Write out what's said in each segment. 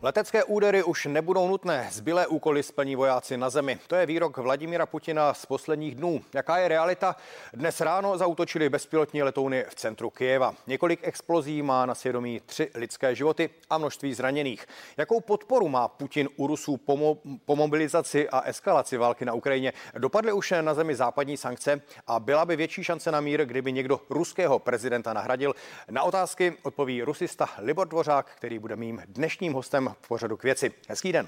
Letecké údery už nebudou nutné, zbylé úkoly splní vojáci na zemi. To je výrok Vladimíra Putina z posledních dnů. Jaká je realita? Dnes ráno zaútočili bezpilotní letouny v centru Kyjeva. Několik explozí má na svědomí 3 lidské životy a množství zraněných. Jakou podporu má Putin u Rusů po mobilizaci a eskalaci války na Ukrajině? Dopadly už na zemi západní sankce a byla by větší šance na mír, kdyby někdo ruského prezidenta nahradil? Na otázky odpoví rusista Libor Dvořák, který bude mým dnešním hostem v pořadu K věci. Hezký den.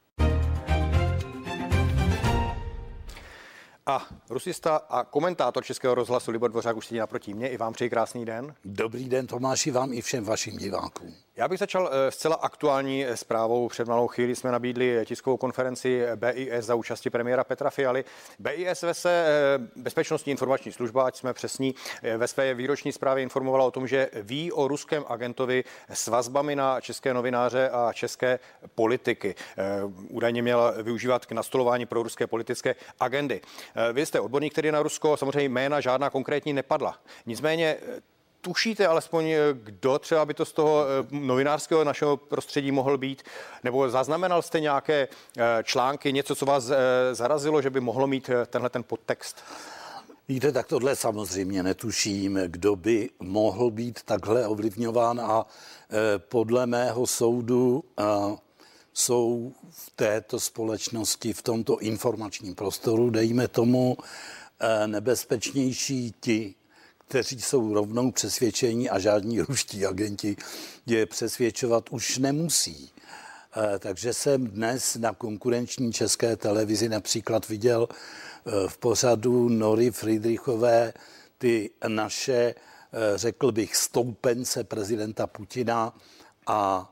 A rusista a komentátor Českého rozhlasu Libor Dvořák už sedí naproti mě. I vám přeji krásný den. Dobrý den, Tomáši, vám i všem vašim divákům. Já bych začal zcela aktuální zprávou. Před malou chvíli jsme nabídli tiskovou konferenci BIS za účasti premiéra Petra Fialy. BIS Bezpečnostní informační služba, ať jsme přesní, ve své výroční zprávě informovala o tom, že ví o ruském agentovi s vazbami na české novináře a české politiky. Údajně měl využívat k nastolování pro ruské politické agendy. Vy jste odborník, který na Rusko, samozřejmě jména žádná konkrétní nepadla. Nicméně tušíte alespoň, kdo třeba by to z toho novinářského našeho prostředí mohl být? Nebo zaznamenal jste nějaké články, něco, co vás zarazilo, že by mohlo mít tenhle ten podtext? Víte, tak tohle samozřejmě netuším, kdo by mohl být takhle ovlivňován a podle mého soudu jsou v této společnosti, v tomto informačním prostoru, dejme tomu, nebezpečnější ti, kteří jsou rovnou přesvědčení a žádní ruští agenti je přesvědčovat už nemusí. Takže jsem dnes na konkurenční české televizi například viděl v pořadu Nory Friedrichové ty naše, řekl bych, stoupence prezidenta Putina a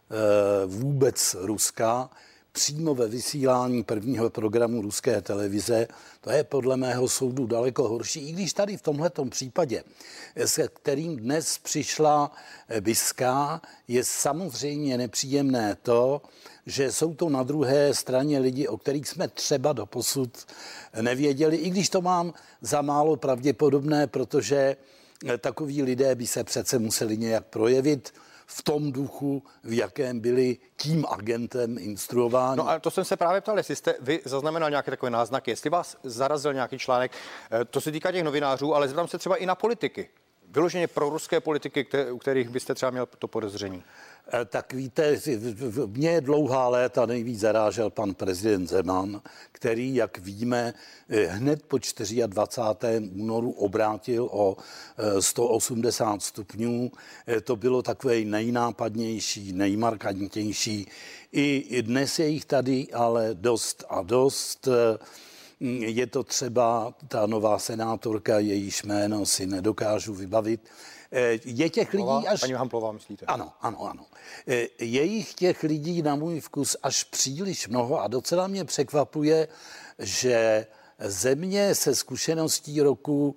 vůbec Ruska přímo ve vysílání prvního programu ruské televize. To je podle mého soudu daleko horší, i když tady v tomhletom případě, se kterým dnes přišla Biska, je samozřejmě nepříjemné to, že jsou to na druhé straně lidi, o kterých jsme třeba doposud nevěděli, i když to mám za málo pravděpodobné, protože takoví lidé by se přece museli nějak projevit v tom duchu, v jakém byli tím agentem instruováni. No a to jsem se právě ptal, jestli jste vy zaznamenal nějaké takové náznaky, jestli vás zarazil nějaký článek, to se týká těch novinářů, ale zeptám se třeba i na politiky. Vyloženě pro ruské politiky, u kterých byste třeba měl to podezření. Tak víte, mě dlouhá léta nejvíc zarážel pan prezident Zeman, který, jak víme, hned po 24. únoru obrátil o 180 stupňů. To bylo takové nejnápadnější, nejmarkantnější. I dnes je jich tady ale dost a dost. Je to třeba ta nová senátorka, jejíž jméno si nedokážu vybavit. Je těch lidí až... Paní Hamplová, myslíte? Ano. Je jich těch lidí na můj vkus až příliš mnoho a docela mě překvapuje, že země se zkušeností roku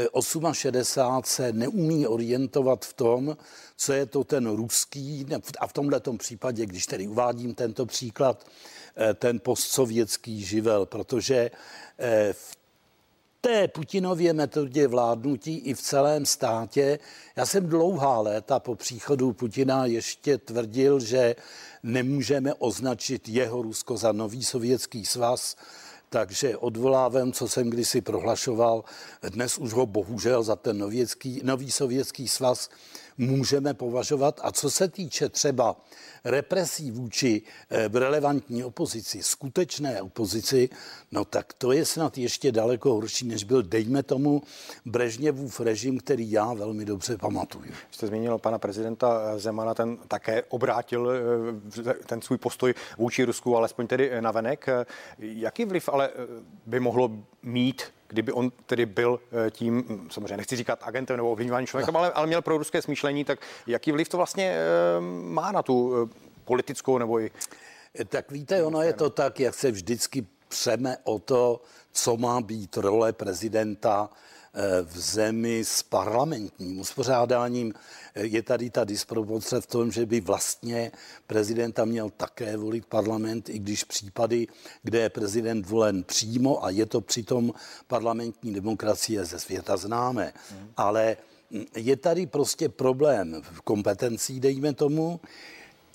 68 se neumí orientovat v tom, co je to ten ruský, a v tomhletom případě, když tedy uvádím tento příklad, ten postsovětský živel, protože v té Putinově metodě vládnutí i v celém státě, já jsem dlouhá léta po příchodu Putina ještě tvrdil, že nemůžeme označit jeho Rusko za nový sovětský svaz, takže odvolávám, co jsem kdysi prohlašoval, dnes už ho bohužel za ten nový sovětský svaz můžeme považovat. A co se týče třeba represí vůči relevantní opozici, skutečné opozici, no tak to je snad ještě daleko horší, než byl, dejme tomu, Brežněvův režim, který já velmi dobře pamatuju. Jste zmínil pana prezidenta Zemana, ten také obrátil ten svůj postoj vůči Rusku, alespoň tedy navenek. Jaký vliv ale by mohlo mít, kdyby on tedy byl tím, samozřejmě nechci říkat agentem nebo ovlivňování člověkem, ale měl pro ruské smýšlení, tak jaký vliv to vlastně má na tu politickou nebo i... Tak víte, ono je to tak, jak se vždycky přeme o to, co má být role prezidenta v zemi s parlamentním uspořádáním. Je tady ta disproporce v tom, že by vlastně prezidenta měl také volit parlament, i když případy, kde je prezident volen přímo a je to přitom parlamentní demokracie ze světa známe. Ale je tady prostě problém v kompetencí, dejme tomu,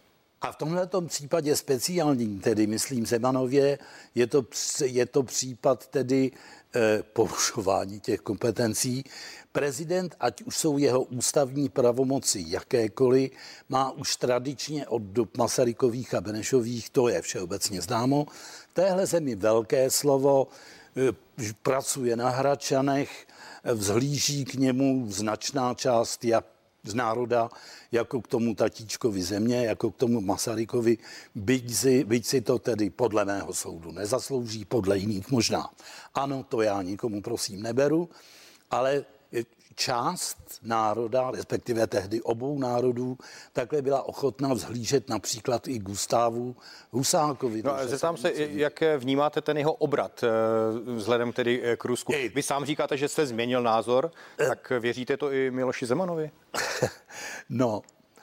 A v tomhletom případě speciálním, tedy myslím Zemanově, je to případ tedy porušování těch kompetencí. Prezident, ať už jsou jeho ústavní pravomoci jakékoliv, má už tradičně od dob Masarykových a Benešových, to je všeobecně známo, v téhle zemi velké slovo, pracuje na Hradčanech, vzhlíží k němu značná část jak z národa, jako k tomu tatíčkovi země, jako k tomu Masarykovi, byť si to tedy podle mého soudu nezaslouží, podle jiných možná. Ano, to já nikomu prosím neberu, ale část národa, respektive tehdy obou národů, takhle byla ochotná vzhlížet například i Gustávu Husákovi. No a zeptám se, jak vnímáte ten jeho obrat vzhledem tedy k Rusku? Vy sám říkáte, že jste změnil názor, tak věříte to i Miloši Zemanovi? No,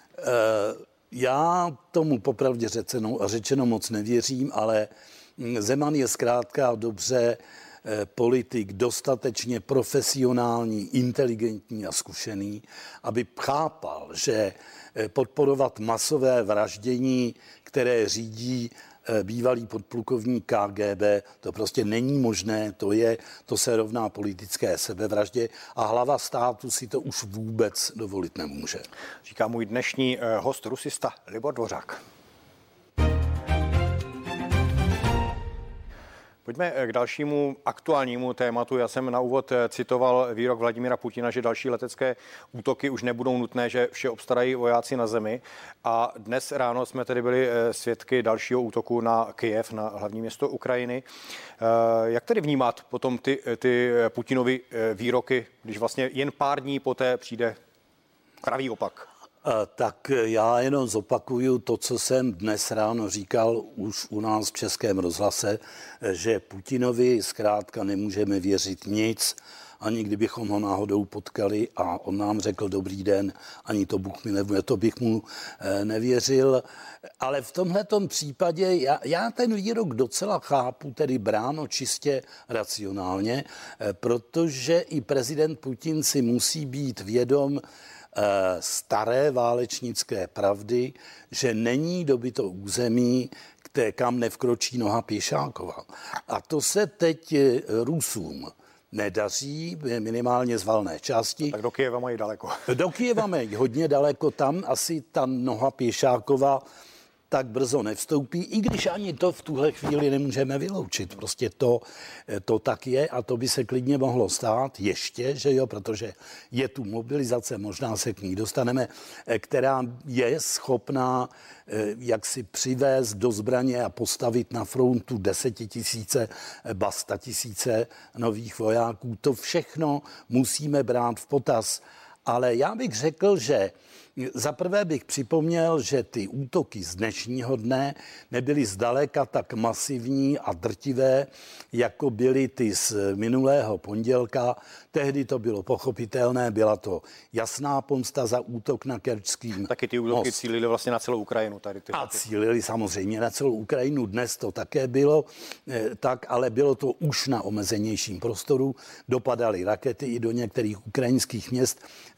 já tomu popravdě řečeno moc nevěřím, ale Zeman je zkrátka dobře politik, dostatečně profesionální, inteligentní a zkušený, aby chápal, že podporovat masové vraždění, které řídí bývalý podplukovník KGB, to prostě není možné, to se rovná politické sebevraždě a hlava státu si to už vůbec dovolit nemůže. Říká můj dnešní host, rusista Libor Dvořák. Pojďme k dalšímu aktuálnímu tématu. Já jsem na úvod citoval výrok Vladimira Putina, že další letecké útoky už nebudou nutné, že vše obstarají vojáci na zemi. A dnes ráno jsme tedy byli svědky dalšího útoku na Kyjev, na hlavní město Ukrajiny. Jak tedy vnímat potom ty Putinovy výroky, když vlastně jen pár dní poté přijde pravý opak? Tak já jenom zopakuju to, co jsem dnes ráno říkal už u nás v Českém rozhlase, že Putinovi zkrátka nemůžeme věřit nic, ani kdybychom ho náhodou potkali a on nám řekl dobrý den, ani to Bůh mi nevěřil, to bych mu nevěřil. Ale v tomhletom případě já ten výrok docela chápu, tedy bráno čistě racionálně, protože i prezident Putin si musí být vědom staré válečnické pravdy, že není dobyto území, kam nevkročí noha Pěšákova. A to se teď Rusům nedaří, minimálně z valné části. Tak do Kyjeva mají daleko. Do Kyjeva mají hodně daleko, tam asi ta noha Pěšákova tak brzo nevstoupí, i když ani to v tuhle chvíli nemůžeme vyloučit. Prostě to tak je a to by se klidně mohlo stát ještě, že jo, protože je tu mobilizace, možná se k ní dostaneme, která je schopná jak si přivést do zbraně a postavit na frontu 10 000, ba 100 000 nových vojáků. To všechno musíme brát v potaz. Ale já bych řekl, že za prvé bych připomněl, že ty útoky z dnešního dne nebyly zdaleka tak masivní a drtivé, jako byly ty z minulého pondělka. Tehdy to bylo pochopitelné, byla to jasná pomsta za útok na Kerčský most. Taky ty útoky cílily vlastně na celou Ukrajinu. A cílily samozřejmě na celou Ukrajinu. Dnes to také bylo tak, ale bylo to už na omezenějším prostoru. Dopadaly rakety i do některých ukrajinských měst.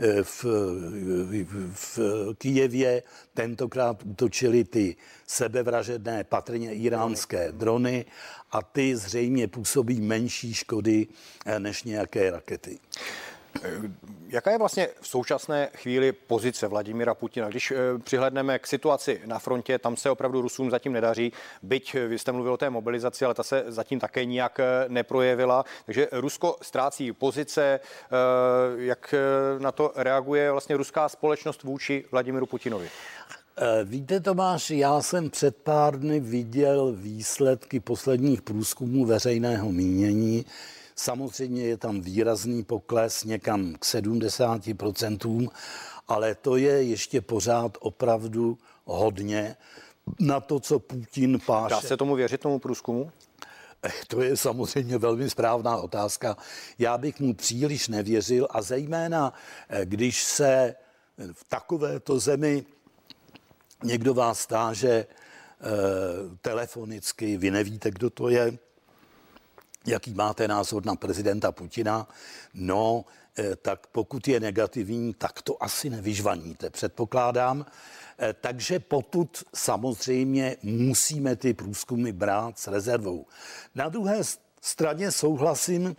V Kyjevě tentokrát útočily ty sebevražedné patrně iránské drony a ty zřejmě působí menší škody než nějaké rakety. Jaká je vlastně v současné chvíli pozice Vladimira Putina? Když přihlédneme k situaci na frontě, tam se opravdu Rusům zatím nedaří, byť vy jste mluvil o té mobilizaci, ale ta se zatím také nijak neprojevila. Takže Rusko ztrácí pozice. Jak na to reaguje vlastně ruská společnost vůči Vladimiru Putinovi? Víte, Tomáš, já jsem před pár dny viděl výsledky posledních průzkumů veřejného mínění. Samozřejmě je tam výrazný pokles někam k 70%, ale to je ještě pořád opravdu hodně na to, co Putin páše. Dá se tomu věřit, tomu průzkumu? To je samozřejmě velmi správná otázka. Já bych mu příliš nevěřil a zejména, když se v takovéto zemi někdo vás táže telefonicky, vy nevíte, kdo to je, jaký máte názor na prezidenta Putina? No, tak pokud je negativní, tak to asi nevyžvaníte, předpokládám. Takže potud samozřejmě musíme ty průzkumy brát s rezervou. Na druhé straně souhlasím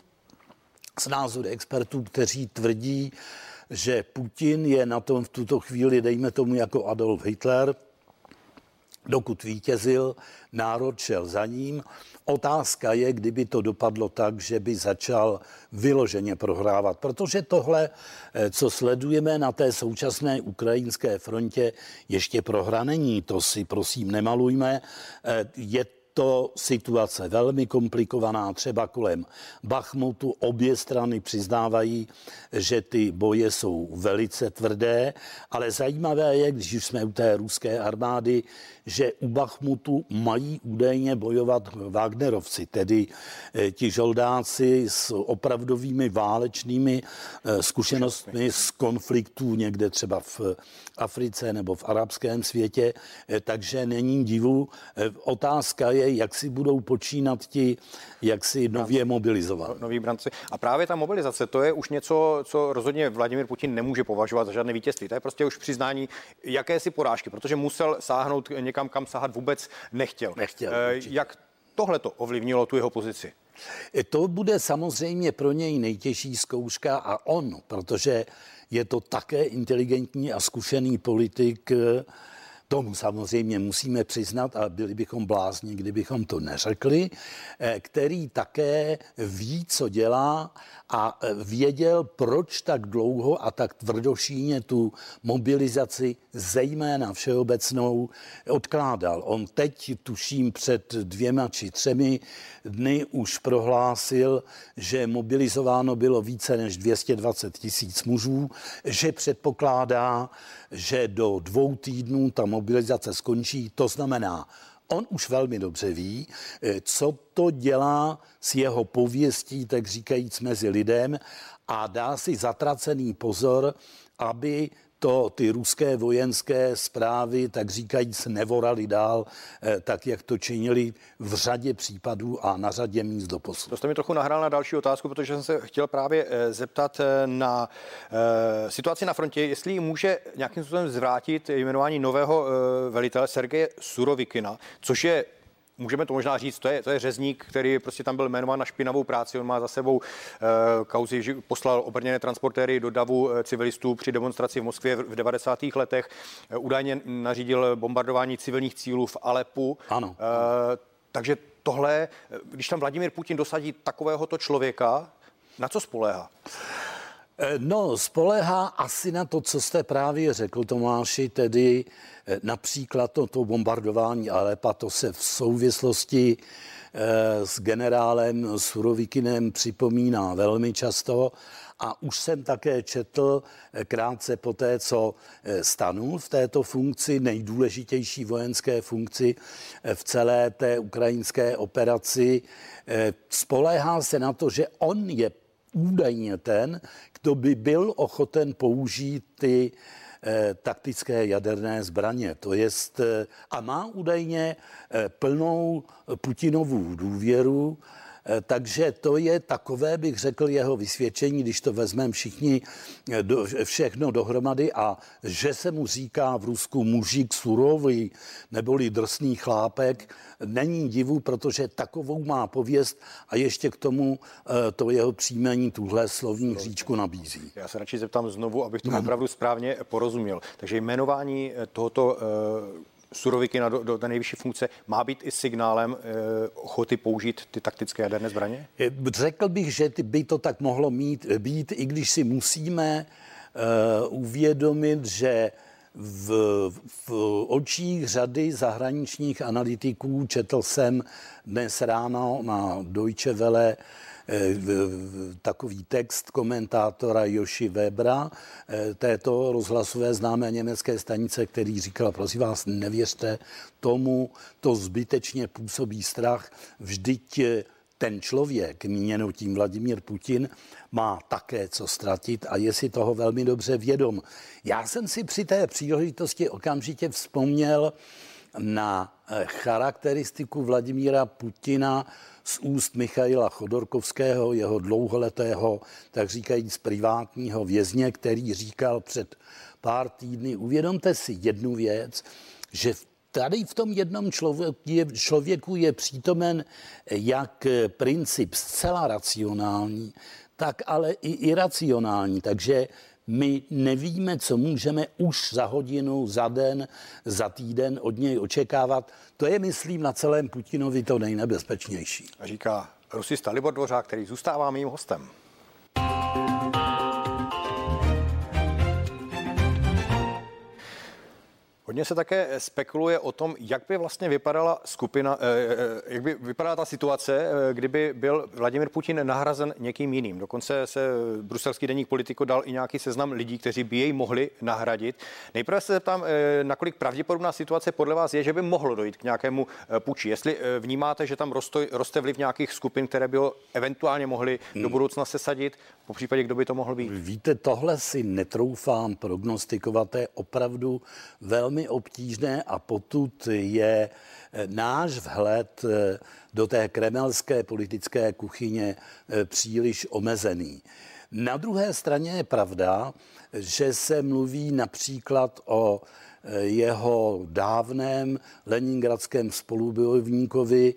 s názory expertů, kteří tvrdí, že Putin je na tom v tuto chvíli, dejme tomu jako Adolf Hitler, dokud vítězil, národ šel za ním. Otázka je, kdyby to dopadlo tak, že by začal vyloženě prohrávat. Protože tohle, co sledujeme na té současné ukrajinské frontě, ještě prohra není. To si prosím nemalujme. Je to situace velmi komplikovaná, třeba kolem Bachmutu. Obě strany přiznávají, že ty boje jsou velice tvrdé, ale zajímavé je, když už jsme u té ruské armády, že u Bachmutu mají údajně bojovat Wagnerovci, tedy ti žoldáci s opravdovými válečnými zkušenostmi z konfliktů někde třeba v Africe nebo v arabském světě, takže není divu. Otázka je, jak si budou počínat ti, jak si nově mobilizovat. Noví branci. A právě ta mobilizace, to je už něco, co rozhodně Vladimír Putin nemůže považovat za žádné vítězství. To je prostě už přiznání jakési porážky, protože musel sáhnout někam, kam sahat vůbec nechtěl. Jak tohleto ovlivnilo tu jeho pozici? To bude samozřejmě pro něj nejtěžší zkouška a on, protože je to také inteligentní a zkušený politik, tomu samozřejmě musíme přiznat a byli bychom blázni, kdybychom to neřekli, který také ví, co dělá a věděl, proč tak dlouho a tak tvrdošíjně tu mobilizaci, zejména všeobecnou, odkládal. On teď, tuším, před 2 či 3 dny už prohlásil, že mobilizováno bylo více než 220 000 mužů, že předpokládá, že do 2 týdnů ta mobilizace skončí. To znamená, on už velmi dobře ví, co to dělá s jeho pověstí, tak říkajíc, mezi lidem a dá si zatracený pozor, aby to ty ruské vojenské zprávy, tak říkajíc, nevorali dál, tak jak to činili v řadě případů a na řadě míst doposud. To jste mi trochu nahrál na další otázku, protože jsem se chtěl právě zeptat na situaci na frontě, jestli může nějakým způsobem zvrátit jmenování nového velitele Sergeje Surovikina, což je, můžeme to možná říct, to je řezník, který prostě tam byl jmenován na špinavou práci. On má za sebou kauzy, že poslal obrněné transportéry do davu civilistů při demonstraci v Moskvě v 90. letech. Údajně nařídil bombardování civilních cílů v Alepu. Ano. Takže tohle, když tam Vladimír Putin dosadí takovéhoto člověka, na co spoléhá? No, spoléhá asi na to, co jste právě řekl, Tomáši, tedy například to bombardování Alepa, to se v souvislosti s generálem Surovikinem připomíná velmi často a už jsem také četl krátce poté, co stanul v této funkci, nejdůležitější vojenské funkci v celé té ukrajinské operaci. Spoléhá se na to, že on je údajně ten, kdo by byl ochoten použít ty taktické jaderné zbraně. To jest, a má údajně plnou Putinovu důvěru, takže to je takové, bych řekl, jeho vysvědčení, když to vezmeme všechno dohromady a že se mu říká v Rusku mužík surový neboli drsný chlápek, není divu, protože takovou má pověst a ještě k tomu to jeho příjmení tuhle slovní hříčku nabízí. Já se radši zeptám znovu, abych tomu opravdu správně porozuměl. Takže jmenování tohoto Surovikina do té nejvyšší funkce má být i signálem ochoty použít ty taktické jaderné zbraně? Řekl bych, že by to tak mohlo být, i když si musíme uvědomit, že v očích řady zahraničních analytiků, četl jsem dnes ráno na Deutsche Welle takový text komentátora Joši Webera, této rozhlasové známé německé stanice, který říkal, prosím vás, nevěřte tomu, to zbytečně působí strach, vždyť ten člověk, míněno tím Vladimír Putin, má také co ztratit a je si toho velmi dobře vědom. Já jsem si při té příležitosti okamžitě vzpomněl na charakteristiku Vladimíra Putina z úst Michaila Chodorkovského, jeho dlouholetého, tak říkajíc, privátního vězně, který říkal před pár týdny, uvědomte si jednu věc, že tady v tom jednom člověku je přítomen jak princip zcela racionální, tak ale i iracionální. Takže my nevíme, co můžeme už za hodinu, za den, za týden od něj očekávat. To je, myslím, na celém Putinovi to nejnebezpečnější. Říká rusista Libor Dvořák, který zůstává mým hostem. Hodně se také spekuluje o tom, jak by vlastně vypadala jak by vypadala ta situace, kdyby byl Vladimir Putin nahrazen někým jiným. Dokonce se bruselský deník Politico dal i nějaký seznam lidí, kteří by jej mohli nahradit. Nejprve se zeptám, nakolik pravděpodobná situace podle vás je, že by mohlo dojít k nějakému puči. Jestli vnímáte, že tam roste vliv nějakých skupin, které by ho eventuálně mohly do budoucna sesadit, po případě, kdo by to mohl být? Víte, tohle si netroufám prognostikovat, to je opravdu velmi obtížné a potud je náš vhled do té kremelské politické kuchyně příliš omezený. Na druhé straně je pravda, že se mluví například o jeho dávném leningradském spolubojovníkovi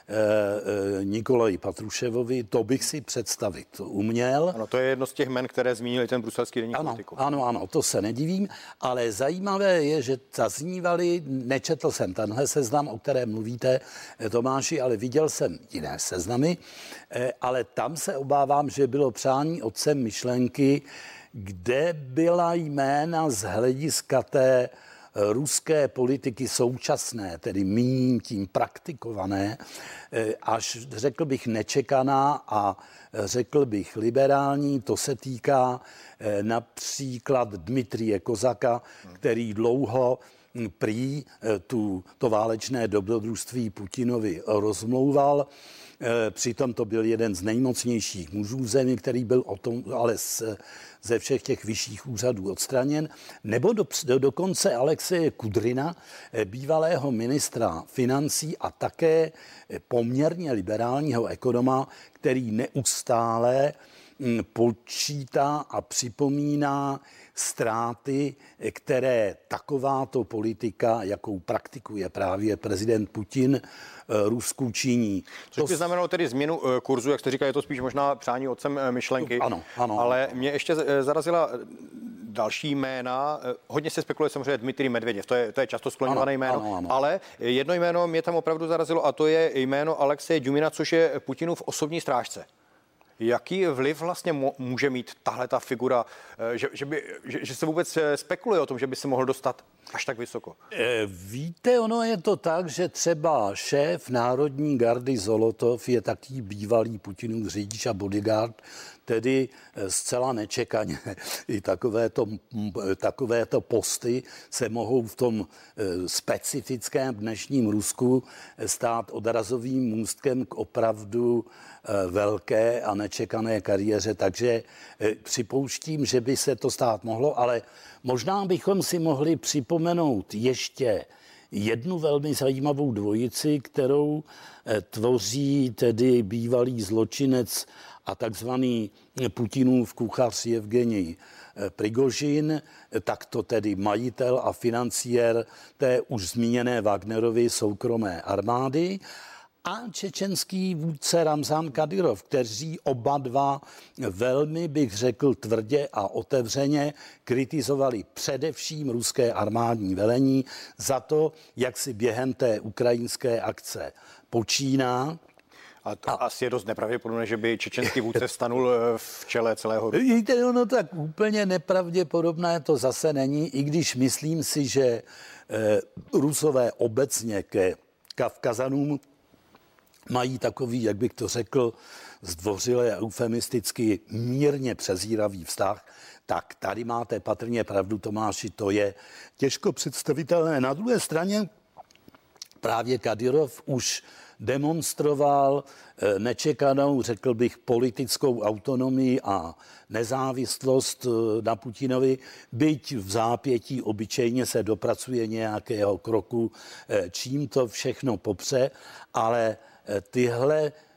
Nikolaji Patruševovi, to bych si představit uměl. Ano, to je jedno z těch jmen, které zmínili ten bruselský deník Politico. Ano, to se nedivím, ale zajímavé je, že zaznívali, nečetl jsem tenhle seznam, o kterém mluvíte, Tomáši, ale viděl jsem jiné seznamy, ale tam se obávám, že bylo přání otcem myšlenky, kde byla jména z hlediska té ruské politiky současné, tedy míním tím praktikované, až řekl bych nečekaná a řekl bych liberální. To se týká například Dmitrie Kozaka, který dlouho prý to válečné dobrodružství Putinovi rozmlouval. Přitom to byl jeden z nejmocnějších mužů zemi, který byl o tom ale ze všech těch vyšších úřadů odstraněn. Nebo dokonce Alexeje Kudryna, bývalého ministra financí a také poměrně liberálního ekonoma, který neustále počítá a připomíná ztráty, které takováto politika, jakou praktikuje právě prezident Putin, Rusku činí. Což by znamenalo tedy změnu kurzu, jak jste říkal, je to spíš možná přání otcem myšlenky. Ano. Ale mě ještě zarazila další jména. Hodně se spekuluje samozřejmě Dmitrij Medveděv, to je často skloňované jméno, ano. Ale jedno jméno mě tam opravdu zarazilo a to je jméno Alexeje Djumina, což je Putinův osobní strážce. Jaký vliv vlastně může mít tahle ta figura, že se vůbec spekuluje o tom, že by se mohl dostat až tak vysoko? Víte, ono je to tak, že třeba šéf Národní gardy Zolotov je taky bývalý Putinův řidič a bodyguard, tedy zcela nečekaně. I takovéto posty se mohou v tom specifickém dnešním Rusku stát odrazovým můstkem k opravdu velké a nečekané kariéře, takže připouštím, že by se to stát mohlo, ale možná bychom si mohli připomenout ještě jednu velmi zajímavou dvojici, kterou tvoří tedy bývalý zločinec a takzvaný Putinův kuchař Jevgenij Prigožin, takto tedy majitel a financiér té už zmíněné Wagnerovy soukromé armády, a čečenský vůdce Ramzan Kadyrov, kteří oba dva velmi, bych řekl, tvrdě a otevřeně kritizovali především ruské armádní velení za to, jak si během té ukrajinské akce počíná. A to asi je dost nepravděpodobné, že by čečenský vůdce stanul v čele celého Ruska. Víte, ono tak úplně nepravděpodobné to zase není, i když myslím si, že Rusové obecně ke Kavkazanům mají takový, jak bych to řekl, zdvořile a eufemisticky mírně přezíravý vztah, tak tady máte patrně pravdu, Tomáši, to je těžko představitelné. Na druhé straně právě Kadyrov už demonstroval nečekanou, řekl bych, politickou autonomii a nezávislost na Putinovi, byť v zápětí obyčejně se dopracuje nějakého kroku, čím to všechno popře, ale tyhle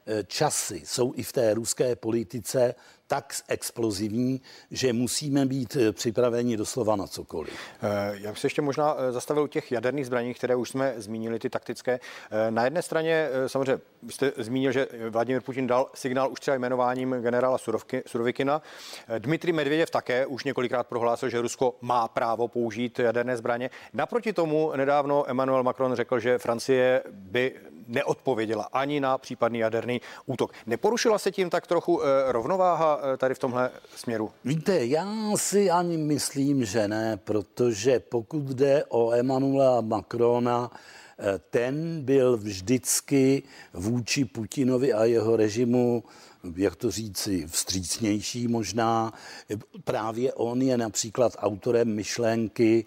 časy jsou i v té ruské politice tak explozivní, že musíme být připraveni doslova na cokoliv. Já bych se ještě možná zastavil u těch jaderných zbraní, které už jsme zmínili, ty taktické. Na jedné straně samozřejmě jste zmínil, že Vladimír Putin dal signál už třeba jmenováním generála Surovikina. Dmitrij Medvěděv také už několikrát prohlásil, že Rusko má právo použít jaderné zbraně. Naproti tomu nedávno Emmanuel Macron řekl, že Francie by neodpověděla ani na případný jaderný útok. Neporušila se tím tak trochu rovnováha tady v tomhle směru? Víte, já si ani myslím, že ne, protože pokud jde o Emmanuela Macrona, ten byl vždycky vůči Putinovi a jeho režimu, jak to říci, vstřícnější možná. Právě on je například autorem myšlenky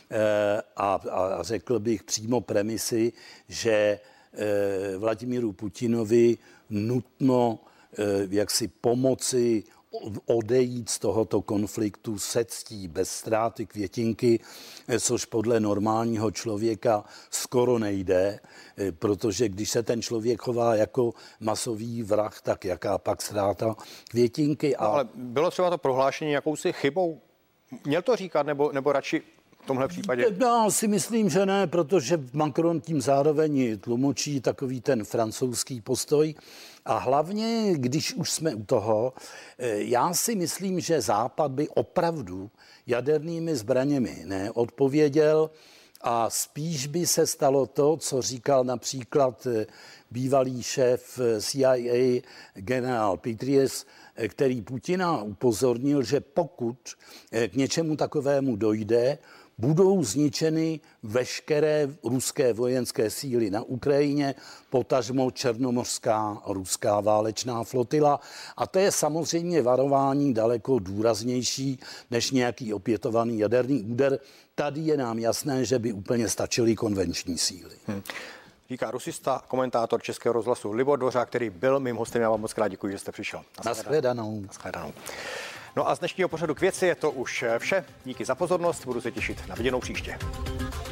a řekl bych přímo premisy, že Vladimíru Putinovi nutno jaksi pomoci odejít z tohoto konfliktu se ctí, bez ztráty květinky, což podle normálního člověka skoro nejde, protože když se ten člověk chová jako masový vrah, tak jaká pak ztráta květinky. No, ale bylo třeba to prohlášení jakousi chybou? Měl to říkat nebo radši v tomhle případě? Já si myslím, že ne, protože Macron tím zároveň tlumočí takový ten francouzský postoj. A hlavně, když už jsme u toho, já si myslím, že Západ by opravdu jadernými zbraněmi neodpověděl a spíš by se stalo to, co říkal například bývalý šéf CIA generál Petraeus, který Putina upozornil, že pokud k něčemu takovému dojde, budou zničeny veškeré ruské vojenské síly na Ukrajině, potažmo černomořská ruská válečná flotila. A to je samozřejmě varování daleko důraznější než nějaký opětovaný jaderný úder. Tady je nám jasné, že by úplně stačily konvenční síly. Říká rusista, komentátor Českého rozhlasu Libor Dvořák, který byl mým hostem. Já vám moc krát děkuji, že jste přišel. Nashledanou. No a z dnešního pořadu K věci je to už vše. Díky za pozornost, budu se těšit na viděnou příště.